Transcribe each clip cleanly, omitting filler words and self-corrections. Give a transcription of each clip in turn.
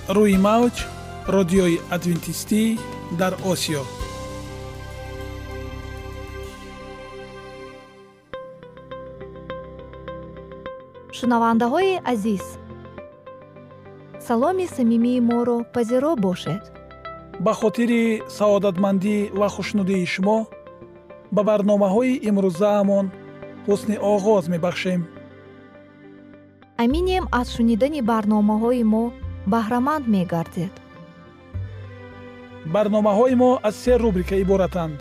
روی موج رادیوی ادوینتیستی در آسیا. шунавандаҳои азиз, саломи самимии моро пазиро бошед. ба хотири саодатмандӣ ва хушнудии шумо ба барномаҳои имрӯзаамон ҳусни оғоз мебахшем. аминем аз шунидани барномаҳои мо баҳраманд мегардед. барномаҳои мо аз 3 рубрика иборатанд.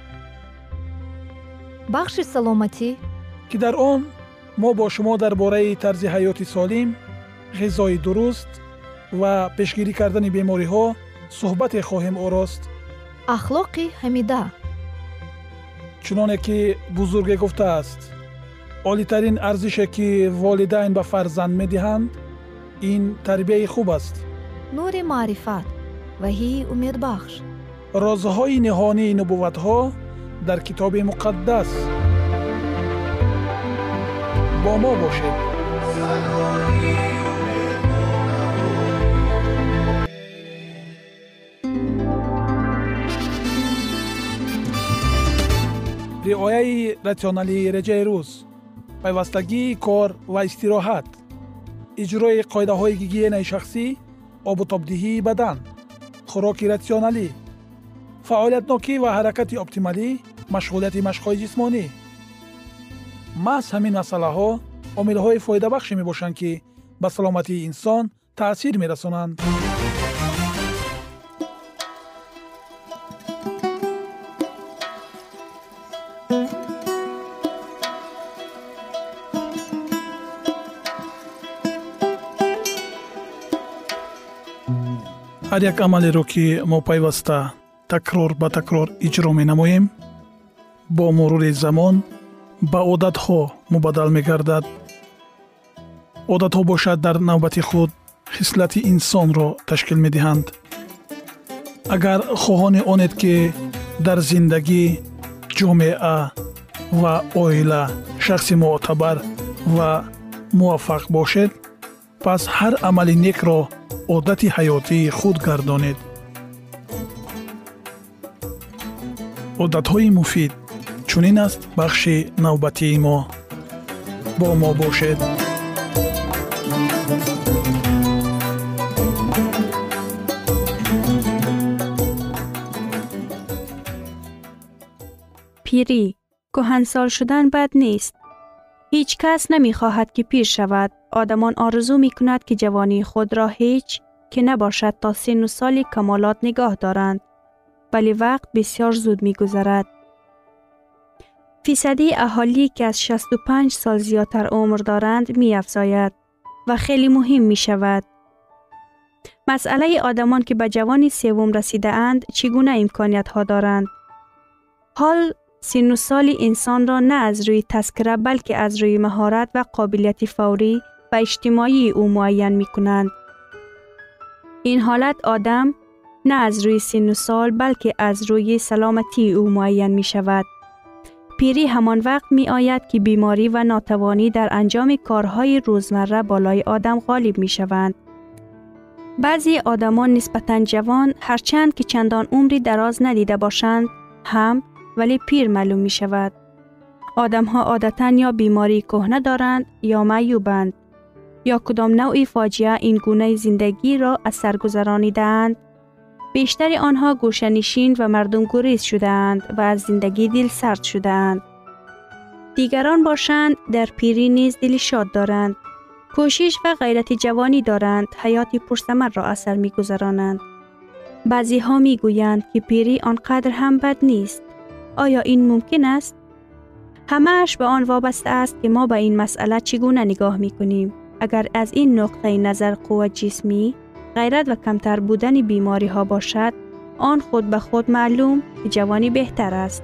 бахши саломатӣ ки дар он мо бо шумо дар бораи тарзи ҳаёти солим, ғизои дуруст ва пешгирӣ кардани бемориҳо суҳбате хоҳем орост. ахлоқи ҳамида. чуноне ки бузурге гуфтааст, олитарин арзише ки волидайн ба фарзанд медиҳанд, ин тарбияи хуб аст. нури маърифат, ваҳии умедбахш. розҳои ниҳонии нубувватҳо дар китоби муқаддас. با ما باشید. رعایت راسیونالی رجای روز، پیوستگی کار و استراحت، اجرای قاعده‌های گیگین شخصی، آب و تابدهی بدن، خوراک راسیونالی، فعالیت نوکی و حرکت اپتیمالی، مشغولیت جسمانی. محض همین مسئله‌ها عامل‌های فایده‌بخش می‌باشند که به سلامتی انسان تأثیر می‌رسانند. هر یک عملی رو که ما پیوسته تکرار به تکرار اجرا می‌نماییم، با مرور زمان با عادت‌ها مبادل می‌گردد. عادت‌ها باشد در نوبت خود خصلت انسان را تشکیل می‌دهند. اگر خواهان آنید که در زندگی، جامعه و عائله شخص معتبر و موفق باشد، پس هر عمل نیک را عادت حیاتی خود گردانید. عادت‌های مفید چونین است بخش نوبتی ما. با ما باشد. پیری، کهنسال شدن بد نیست. هیچ کس نمی خواهد که پیر شود. آدمان آرزو می کند که جوانی خود را هیچ که نباشد تا سن و سال کمالات نگاه دارند. ولی وقت بسیار زود می گذرد. فیصدی اهالی که از 65 سال زیادتر عمر دارند می افزاید و خیلی مهم می شود. مسئله آدمان که به جوانی سوم رسیده اند چگونه امکانیت ها دارند؟ حال سن و سال انسان را نه از روی تذکره بلکه از روی مهارت و قابلیت فوری و اجتماعی او معین می کنند. این حالت آدم نه از روی سن و سال بلکه از روی سلامتی او معین می شود. پیری همان وقت می آید که بیماری و ناتوانی در انجام کارهای روزمره بالای آدم غالب می شوند. بعضی آدمان نسبتاً جوان هرچند که چندان عمری دراز ندیده باشند هم ولی پیر معلوم می شود. آدم ها عادتاً یا بیماری کهنه دارند یا معیوبند یا کدام نوعی فاجعه این گونه زندگی را از سر گذرانیدند. بیشتر آنها گوشه‌نشین و مردم گریز شدند و از زندگی دل سرد شدند. دیگران باشند در پیری نیز دل شاد دارند. کوشش و غیرت جوانی دارند، حیات پرثمر را اثر می گذرانند. بعضی ها می گویند که پیری آنقدر هم بد نیست. آیا این ممکن است؟ همه‌اش به آن وابسته است که ما به این مسئله چگونه نگاه می کنیم. اگر از این نقطه نظر قوت جسمی، غیرت و کمتر بودن بیماری ها باشد، آن خود به خود معلوم که جوانی بهتر است.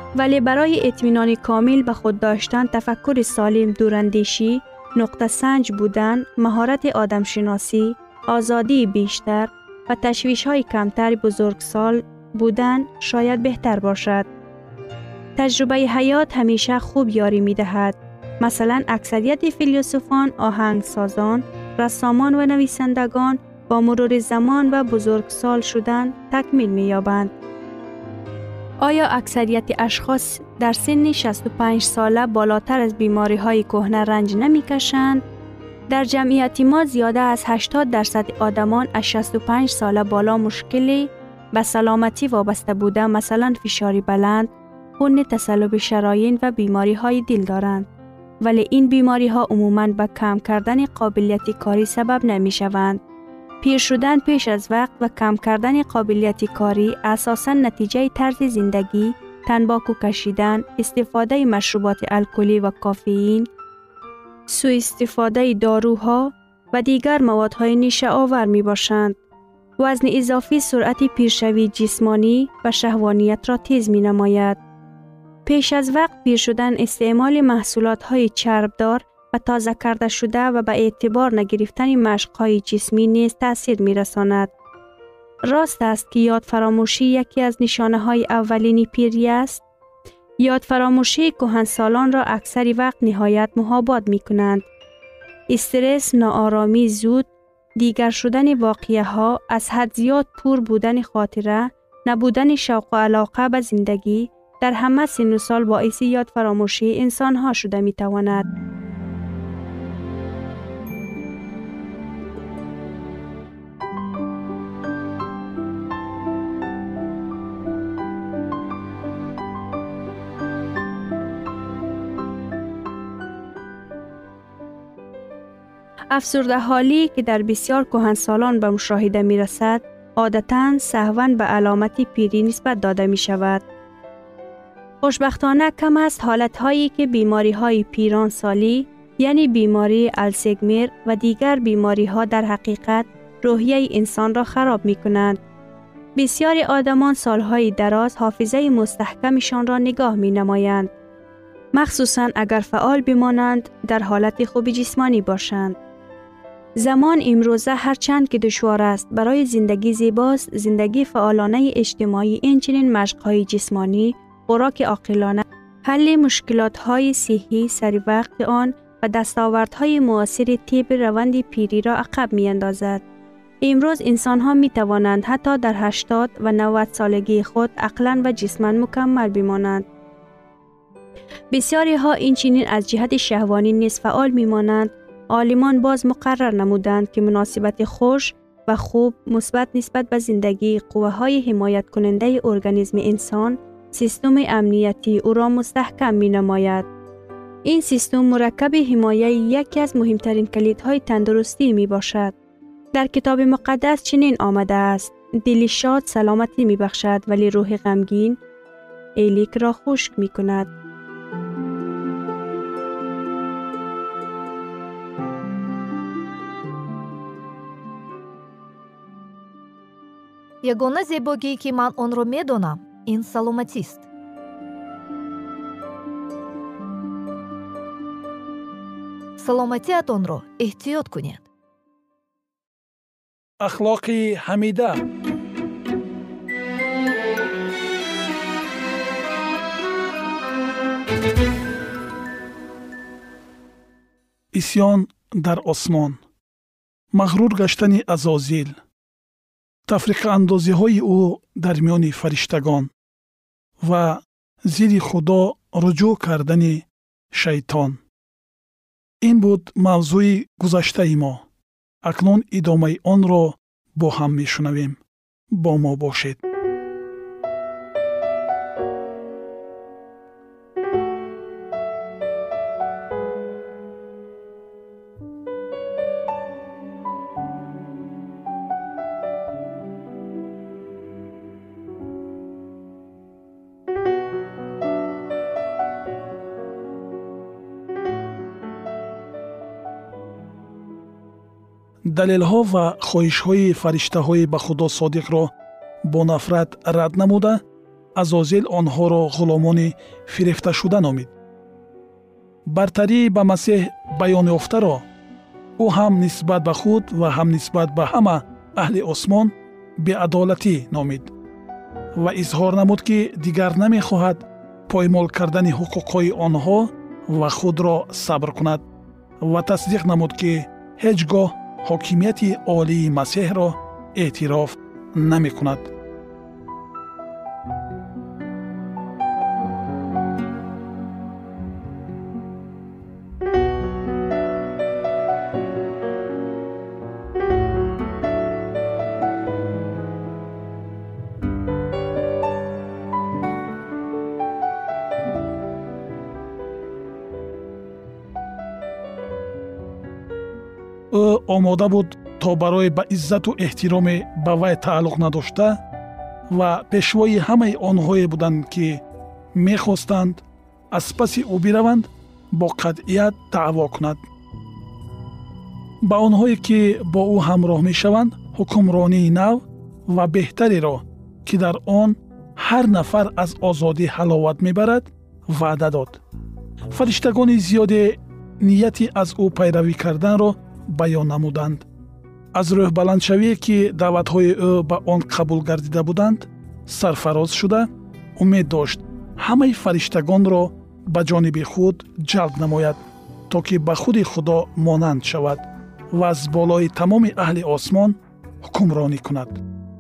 ولی برای اطمینان کامل به خود داشتن تفکر سالم، دوراندیشی، نقطه سنج بودن، مهارت آدمشناسی، آزادی بیشتر و تشویش‌های کمتر بزرگسال بودن شاید بهتر باشد. تجربه حیات همیشه خوب یاری می دهد. مثلا اکثریت فیلسوفان، آهنگسازان، رسامان و نویسندگان با مرور زمان و بزرگسال شدن تکمیل می یابند. آیا اکثریت اشخاص در سن 65 ساله بالاتر از بیماری های کهنه رنج نمی کشند؟ در جمعیت ما زیاده از 80% آدمان از 65 ساله بالا مشکلی به سلامتی وابسته بوده، مثلا فشار بلند، خون تصلب شرايين و بیماری های دل دارند. ولی این بیماری ها عموماً به کم کردن قابلیت کاری سبب نمی شوند. پیر شدن پیش از وقت و کم کردن قابلیت کاری اساساً نتیجه طرز زندگی، تنباکو کشیدن، استفاده مشروبات الکلی و کافئین، سوء استفاده داروها و دیگر موادهای نیشه آور می باشند. وزن اضافی سرعت پیرشوی جسمانی و شهوانیت را تیز می نماید. پیش از وقت پیر شدن استعمال محصولات های چربدار و تازه کرده شده و به اعتبار نگرفتن مشق های جسمی نیز تأثیر می رساند. راست است که یاد فراموشی یکی از نشانه های اولین پیری است. یاد فراموشی کهنسالان را اکثر وقت نهایت محاباد می کنند. استرس، ناآرامی زود، دیگر شدن واقعه ها، از حد زیاد پر بودن خاطره، نبودن شوق و علاقه به زندگی در همه سن و سال باعث یاد فراموشی انسان ها شده می تواند. افسرده حالی که در بسیار کهنسالان به مشاهده می رسد، عادتاً سهواً به علامت پیری نسبت داده می شود. خوشبختانه کم است حالتهایی که بیماری های پیران سالی، یعنی بیماری الزایمر و دیگر بیماری ها در حقیقت روحیه انسان را خراب می کنند. بسیاری آدمان سالهای دراز حافظه مستحکمشان را نگاه می نمایند، مخصوصاً اگر فعال بمانند، در حالت خوب جسمانی باشند. زمان امروزه هرچند که دشوار است، برای زندگی زیباست، زندگی فعالانه اجتماعی، اینچنین مشق‌های جسمانی، خوراک عاقلانه، حل مشکلات‌های صحی سری وقت آن و دستاوردهای معاصر طب روند پیری را عقب می‌اندازد. امروز انسان‌ها می‌توانند حتی در 80 و 90 سالگی خود عقلاً و جسماً مکمل بمانند. بسیاری ها اینچنین از جهت شهوانی نیز فعال می‌مانند. عالمان باز مقرر نمودند که مناسبت خوش و خوب مثبت نسبت به زندگی قوه‌های حمایت کننده ارگانیسم انسان، سیستم امنیتی او را مستحکم می نماید. این سیستم مرکب حمایه یکی از مهمترین کلیدهای تندرستی می باشد. در کتاب مقدس چنین آمده است: دل شاد سلامتی می بخشد ولی روح غمگین ایلیک را خشک می کند. ягона зебогие ки ман онро медонам ин саломатист. саломатиатонро эҳтиёт кунед. اخلاقی حمیده. اسیان در آسمان، مغرور گشتن عزازیل، تفریق اندازی های او در میان فرشتگان و زیر خدا رجوع کردن شیطان. این بود موضوع گذشته ما. اکنون ادامه آن را با هم میشنویم. با ما باشید. دلیل‌ها و خواهش‌های فرشته‌های به خدا صادق را با نفرت رد نموده، азозил онҳоро ғуломони фирефташуда номид. бартарӣ ба масеҳ баён ёфтаро ӯ ҳам нисбат ба худ ва ҳам нисбат ба ҳама аҳли осмон беадолатӣ номид ва изҳор намуд ки дигар намехоҳад поймол кардани ҳуқуқҳои онҳо ва худро сабр кунад ва тасдиқ намуд ки ҳеҷ гоҳ ҳокимияти олии масеҳро эътироф намекунад. ӯ омода буд то барои ба иззату эҳтироме ба вай тааллуқ надошта ва пешвои ҳамаи онҳое буданд ки мехостанд аз паси ӯ бираванд бо қатъият даъво кунад. ба онҳое ки бо ӯ ҳамроҳ мешаванд ҳукмронии нав ва беҳтареро ки дар он ҳар нафар аз озодӣ ҳаловат мебарад ваъда дод. фариштагони зиёде нияти аз ӯ пайравӣ карданро баён намуданд. аз рӯҳбаландшавие ки даъватҳои ӯ ба он қабул гардида буданд сарфароз шуда умед дошт ҳамаи фариштагонро ба ҷониби худ ҷалб намояд то ки ба худи худо монанд шавад ва аз болои тамоми аҳли осмон ҳукмронӣ кунад.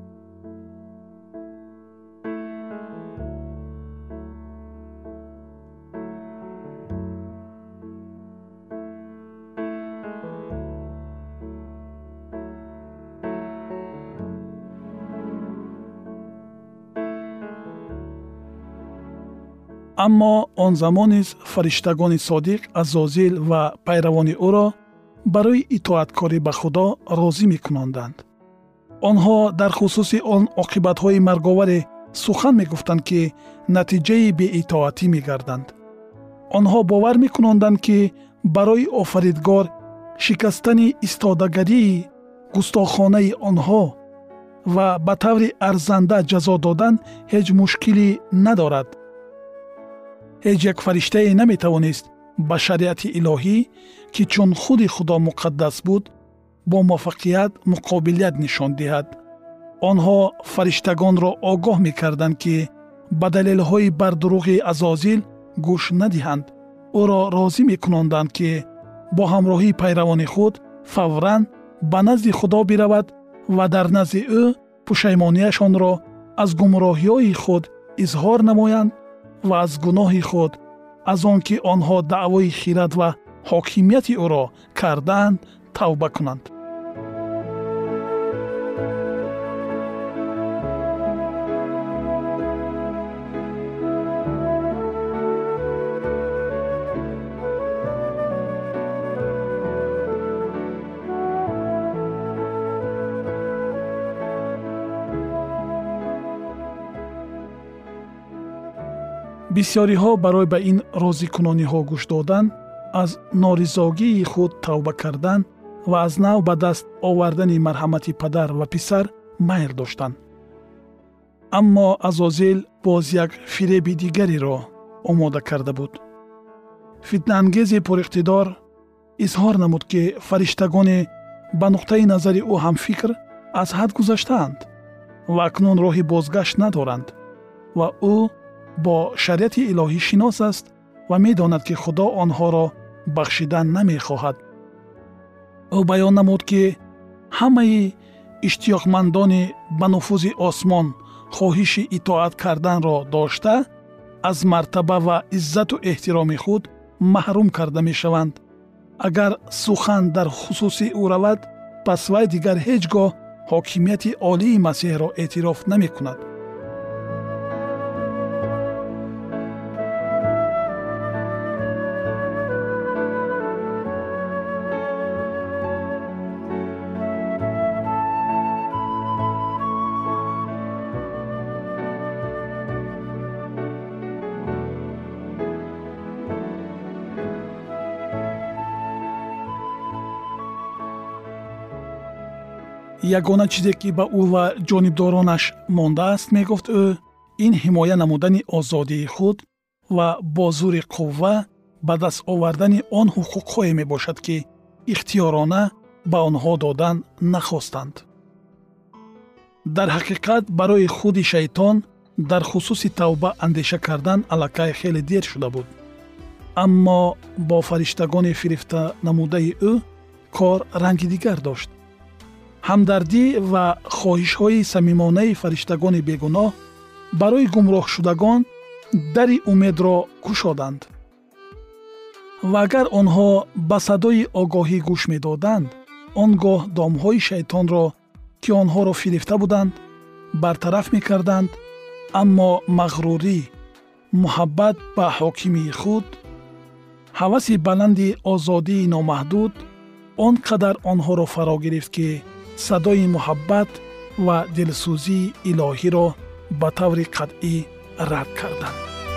аммо он замон низ фариштагони содиқ азозил ва пайравони ӯро барои итоаткорӣ ба худо розӣ мекунонданд. онҳо дар хусуси он оқибатҳои марговаре сухан мегуфтанд ки натиҷаи беитоатӣ мегарданд. онҳо бовар мекунонданд ки барои офаридгор шикастани истодагарии густохонаи онҳо ва ба таври арзанда ҷазо додан ҳеҷ мушкилӣ надорад. ҳеҷ як фариштае наметавонист ба шариати илоҳӣ ки чун худи худо муқаддас буд бо муваффақият муқобилият нишон диҳад. онҳо фариштагонро огоҳ мекарданд ки ба далелҳои бардуруғи азозил гӯш надиҳанд. ӯро розӣ мекунонданд ки бо ҳамроҳии пайравони худ фавран ба назди худо биравад ва дар назди ӯ пушаймонияшонро аз гумроҳиҳои худ изҳор намоянд ва аз гуноҳи худ аз он ки онҳо даъвои хират ва ҳокимияти ӯро кардаанд тавба кунанд. бисёриҳо барои ба ин розикунониҳо гӯш додан, аз норизогии худ тавба кардан ва аз нав ба даст овардани марҳамати падар ва писар майл доштанд. аммо азозил боз як фиреби дигареро омода карда буд. фитнаангези пуриқтидор изҳор намуд ки фариштагоне ба нуқтаи назари ӯ ҳамфикр аз ҳад гузаштаанд ва акнун роҳи бозгашт надоранд ва ӯ бо шариати илоҳӣ шинос аст ва медонад ки худо онҳоро бахшидан намехоҳад. ӯ баён намуд ки ҳамаи иштиёқмандони ба нуфузи осмон хоҳиши итоат карданро дошта аз мартаба ва иззату эҳтироми худ маҳрум карда мешаванд. агар сухан дар хусуси ӯ равад, пас вай дигар ҳеҷ гоҳ ҳокимияти олии масеҳро эътироф намекунад. ягона чизе ки ба ӯ ва ҷонибдоронаш мондааст, мегуфт ӯ, این حمایه نمودن آزادی خود و با زور قوه به دست آوردن آن حقوق‌های می باشد که اختیارانه به آنها دادن نخواستند. در حقیقت برای خود شیطان در خصوص توبه اندیشه کردن الکی خیلی دیر شده بود. اما با فرشتگان فریفته نموده او کار رنگ دیگر داشت. همدردی و خواهش‌های صمیمانه فرشتگان بیگناه برای گمراه شدگان دری امید را گشودند. و اگر آنها به صدای آگاهی گوش می‌دادند، آنگاه دام‌های شیطان را که آنها را فریفته بودند برطرف می‌کردند. اما مغروری، محبت به حاکمی خود، هوس بلندی آزادی نامحدود آنقدر آنها را فرا گرفت که صدای محبت و دلسوزی الهی را به طور قطعی رد کردند.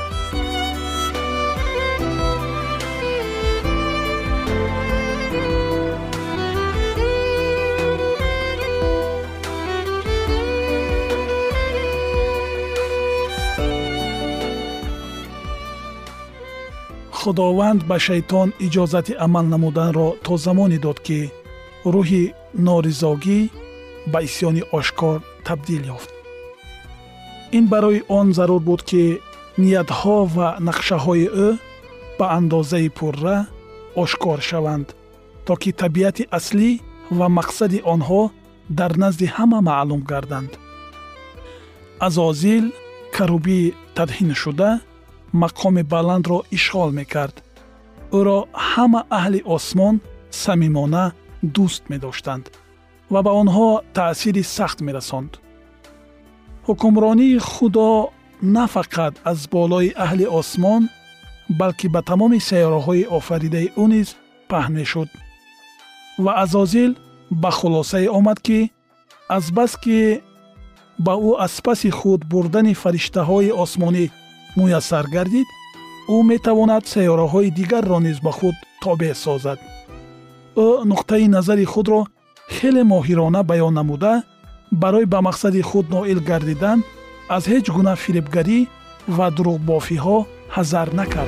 خداوند به شیطان اجازت عمل نمودن را تا زمانی داد که روح نارضاگی به عصیان آشکار تبدیل یافت. این برای آن ضرور بود که نیت‌ها و نقشه‌های او به اندازه پره آشکار شوند تا که طبیعت اصلی و مقصد آنها در نزد همه معلوم گردند. عزازیل کروبی تدهین شده مقام بلند را اشغال میکرد. او را همه اهل آسمان صمیمانه دوست می داشتند و به آنها تأثیر سخت می رساند. حکمرانی خدا نه فقط از بالای اهل آسمان بلکه به تمام سیاره‌های آفریده او نیز پهن می شد. و عزازیل به خلاصه آمد که از بس که با او از پس خود بردن فرشته های آسمانی میسر گردید، او می تواند سیاره های دیگر را نیز به خود تابع سازد. او نقطه نظر خود را خیلی ماهرانه بیان نموده برای به مقصد خود نائل گردیدن از هیچ گونه فریبگری و دروغ بافی ها حذر نکرد.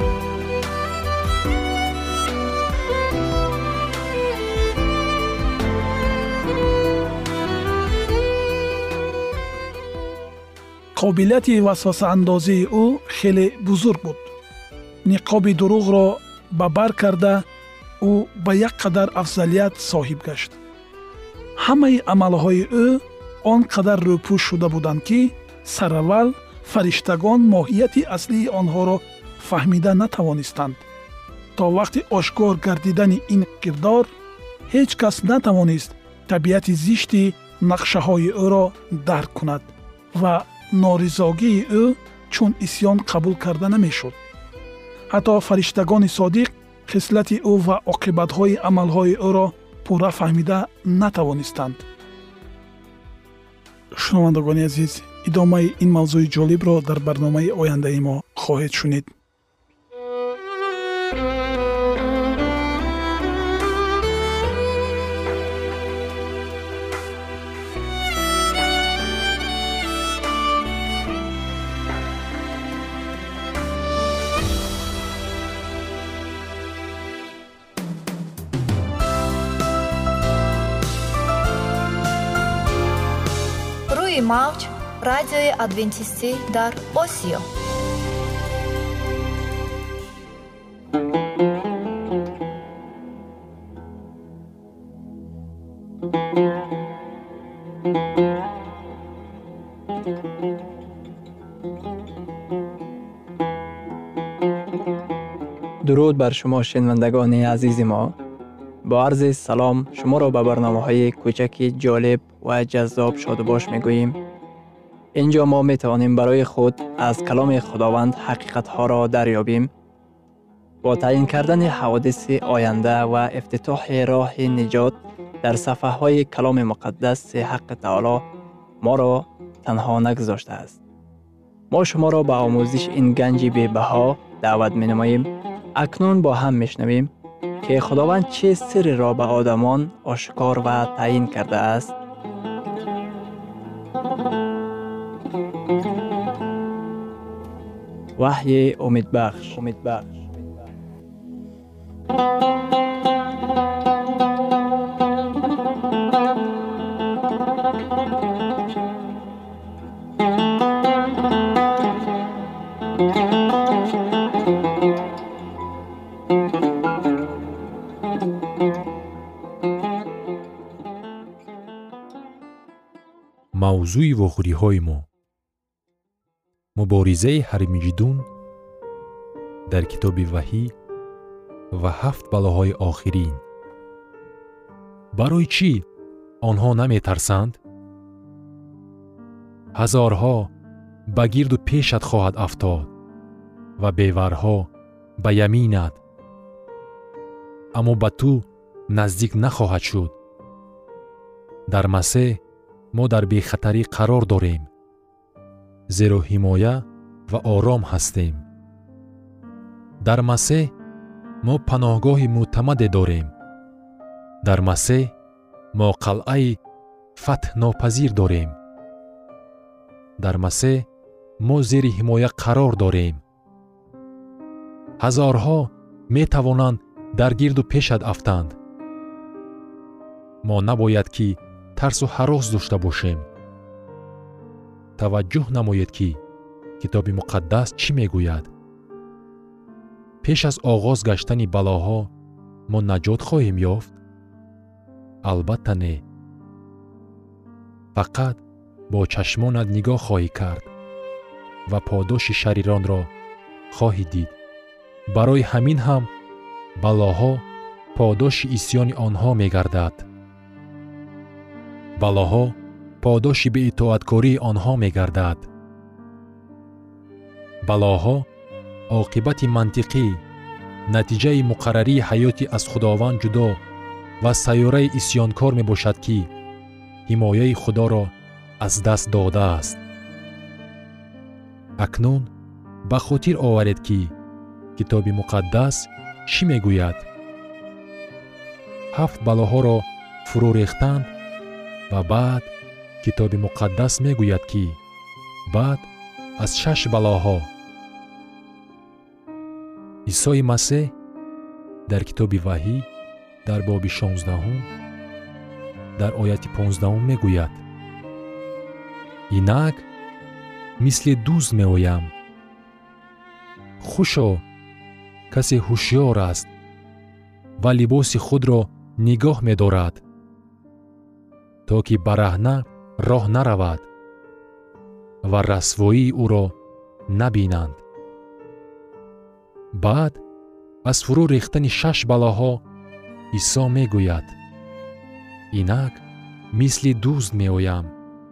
قابلیت وسوسه اندازی او خیلی بزرگ بود. نقاب دروغ را به بر کرده او به یک قدر افضلیت صاحب گشت. همه عملهای او آنقدر روپوش شده بودند که سراول فرشتگان ماهیت اصلی آنها را فهمیده نتوانستند. تا وقت آشکار گردیدن این کردار هیچ کس نتوانست طبیعت زشت نقشه های او را درک کند و نارضاگی او چون عصیان قبول کرده نمی شد. حتی فرشتگان صادق خصلت او و عاقبت های عمل های او را پورا فهمیده نتوانستند. شنوندگان عزیز، ادامه این موضوع جالب را در برنامه آینده ما خواهید شنید. موج رادیوی ادوینتیستی در آسیا. درود بر شما شنوندگان عزیز ما. با عرض سلام شما را به برنامه‌های کوچک جالب و جذاب شادباش می‌گوییم. اینجا ما می‌توانیم برای خود از کلام خداوند حقیقت‌ها را دریابیم. با تعیین کردن حوادث آینده و افتتاح راه نجات در صفحه‌های کلام مقدس حق تعالی ما را تنها نگذاشته است. ما شما را به آموزش این گنج بی‌بها دعوت می‌نماییم. اکنون با هم می‌شنویم که خداوند چه سری را به آدمان آشکار و تعیین کرده است. وحی امیدبخش. мавзӯи вохӯриҳои мо муборизаи ҳармиҷидун дар китоби ваҳӣ ва 7 балоҳои охирин. барои чӣ онҳо наметарсанд? ҳазорҳо ба гирду пешат хоҳад афтод ва беварҳо ба яминат, аммо ба ту наздик нахоҳад шуд. дар масеҳ мо дар бехатарӣ қарор дорем, зеро ҳимоя ва ором ҳастем. дар масеҳ мо паноҳгоҳи мӯътамаде дорем. дар масеҳ мо қалъаи фатҳнопазир дорем. дар масеҳ мо зери ҳимоя қарор дорем. ҳазорҳо метавонанд дар гирду пешат афтанд. мо набояд ки тарсу ҳарос дошта бошем. таваҷҷӯҳ намоед ки китоби муқаддас чӣ мегӯяд. пеш аз оғоз гаштани балоҳо мо наҷот хоҳем ёфт? албатта не. фақат бо чашмонат нигоҳ хоҳӣ кард ва подоши шариронро хоҳӣ дид. барои ҳамин ҳам балоҳо подоши исьёни онҳо мегардад. балоҳо подоши беитоаткории онҳо мегардад. балоҳо оқибати мантиқӣ, натиҷаи муқаррарии ҳаёти аз худованд ҷудо ва сайёраи исьёнкор мебошад ки ҳимояи худоро аз даст додааст. акнун ба хотир оваред ки китоби муқаддас чӣ мегӯяд. 7 балоҳоро фурӯ рехтанд ва баъд китоби муқаддас мегӯяд ки баъд аз 6 балоҳо исои масеҳ дар китоби ваҳӣ дар боби 16 дар ояти 15 мегӯяд: инак мисли дузд меоям. хушо касе ҳушёр аст ва либоси худро нигоҳ медорад, то ки бараҳна роҳ наравад ва расвоии ӯро набинанд. баъд аз фурӯ рехтани 6 балоҳо исо мегӯяд: инак мисли дузд меоям.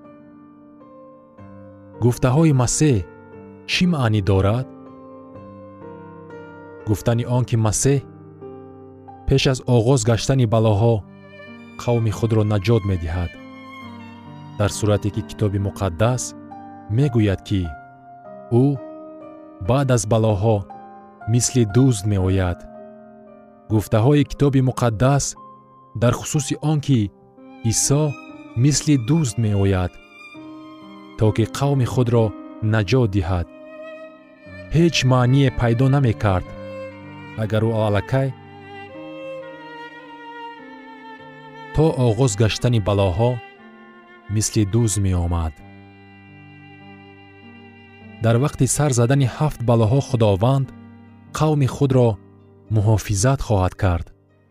гуфтаҳои масеҳ чӣ маънӣ дорад? гуфтани он ки масеҳ пеш аз оғоз гаштани балоҳо қавми худро наҷот медиҳад, дар сурате ки китоби муқаддас мегӯяд ки ӯ баъд аз балоҳо мисли дузд меояд. гуфтаҳои китоби муқаддас дар хусуси он ки исо мисли дузд меояд, то ки қавми худро наҷот диҳад, ҳеҷ маъние пайдо намекард агар ӯ аллакай то оғоз гаштани балоҳо мисли дузд меомад. дар вақти сар задани 7 балоҳо худованд қавми худро муҳофизат хоҳад кард.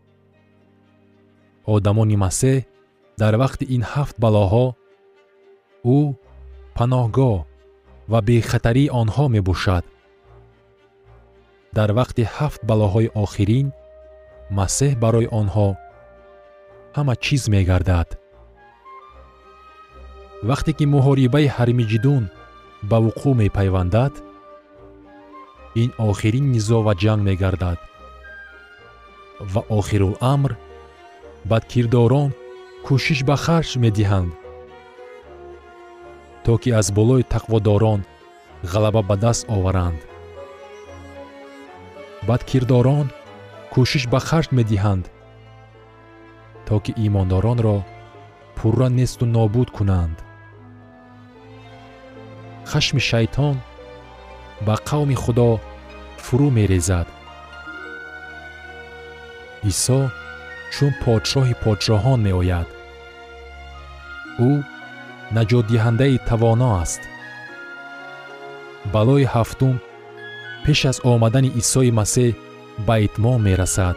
одамони масеҳ дар вақти ин 7 балоҳо ӯ паноҳгоҳ ва бехатарии онҳо мебошад. дар вақти 7 балоҳои охирин масеҳ барои онҳо ҳама чиз мегардад. вақте ки муҳорибаи ҳармиҷидун ба вуқӯъ мепайвандад, ин охирин низоъ ва ҷанг мегардад ва охируламр бадкирдорон кӯшиш ба харҷ медиҳанд, то ки аз болои тақводорон ғалаба ба даст оваранд. бадкирдорон кӯшиш ба харҷ медиҳанд, то ки имондоронро пурра несту нобуд кунанд. хашми шайтон به قوم خدا فرو می ریزد. عیسی چون پادشاه پادشاهان می آید. او نجات دهنده توانا است. بلای هفتم پیش از آمدن عیسی مسیح به اتمام می رسد.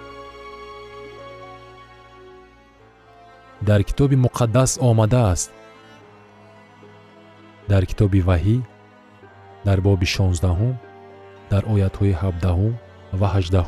در کتاب مقدس آمده است. در کتاب وحی در باب 16 در آیات‌های 17 و 18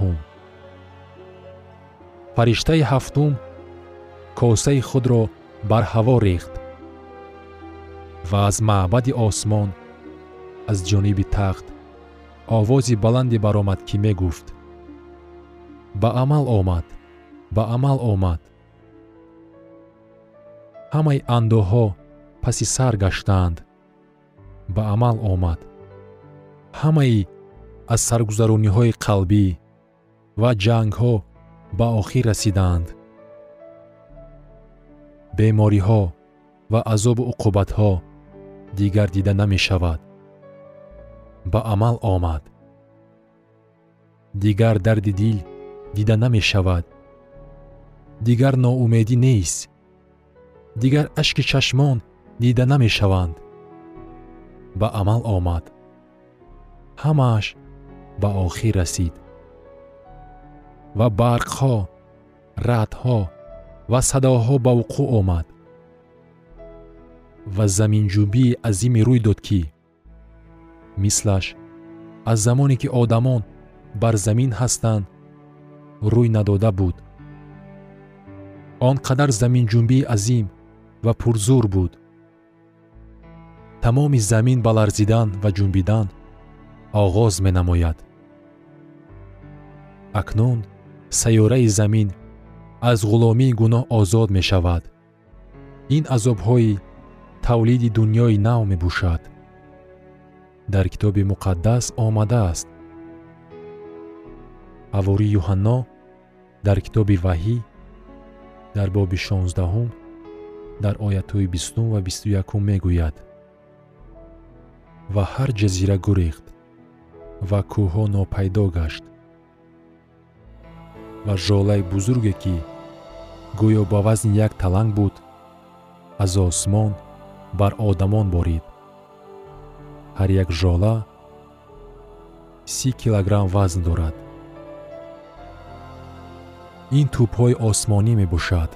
فرشته هفتم کاسه خود را بر هوا ریخت و از معبد آسمان از جانب تخت آوازی بلندی برآمد که می گفت: به عمل آمد، به عمل آمد. همه اندوها پس سر گشتند. به عمل آمد. همه از سرگذرانی های قلبی و جنگ ها به آخر رسیدند. بیماری ها و عذاب و عقوبت ها دیگر دیده نمی شود. به عمل آمد. دیگر درد دل دیده نمی شود. دیگر ناامیدی نیست. دیگر اشک چشمان دیده نمی شوند. به عمل آمد. همش به آخر رسید. و برقها، رعدها و صداها به وقوع آمد. و زمین جنبی عظیم روی داد که مثلش از زمانی که آدمان بر زمین هستند روی نداده بود. آنقدر زمین جنبی عظیم و پرزور بود. تمام زمین به لرزیدن و جنبیدن آغاز می نماید. اکنون سیاره زمین از غلامی گناه آزاد می شود. این عذاب‌های تولید دنیای نو می باشد. در کتاب مقدس آمده است. حواری یوحنا در کتاب وحی در باب 16 در آیات‌های 20 و 21 می گوید: و هر جزیره گریخت و کوه‌ها ناپیدا گشت و ژاله بزرگی که گویا با وزن یک تلنگ بود از آسمان بر آدمان بارید. هر یک ژاله 30 کیلوگرم وزن دارد. این توپ‌های آسمانی می باشد.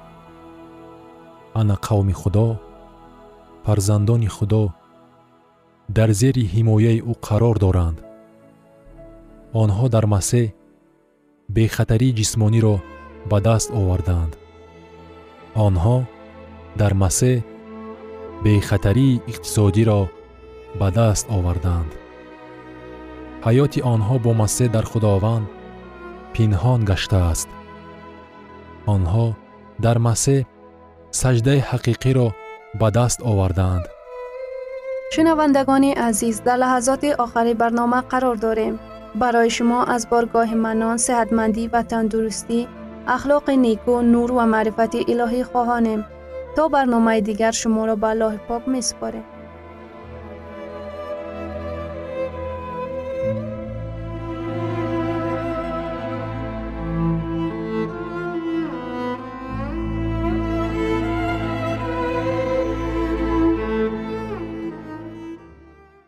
انا قوم خدا، فرزندان خدا در زیر حمایه او قرار دارند. آنها در مسیح بی‌خطری جسمانی را به دست آوردند. آنها در مسیح بی‌خطری اقتصادی را به دست آوردند. حیات آنها با مسیح در خداوند پنهان گشته است. آنها در مسیح سجده حقیقی را به دست آوردند. شنوندگان عزیز، در لحظات آخری برنامه قرار داریم. برای شما از بارگاه منان، صحتمندی و تندرستی، اخلاق نیکو، نور و معرفت الهی خواهانیم. تا برنامه دیگر شما را به الله پاک می‌سپاریم.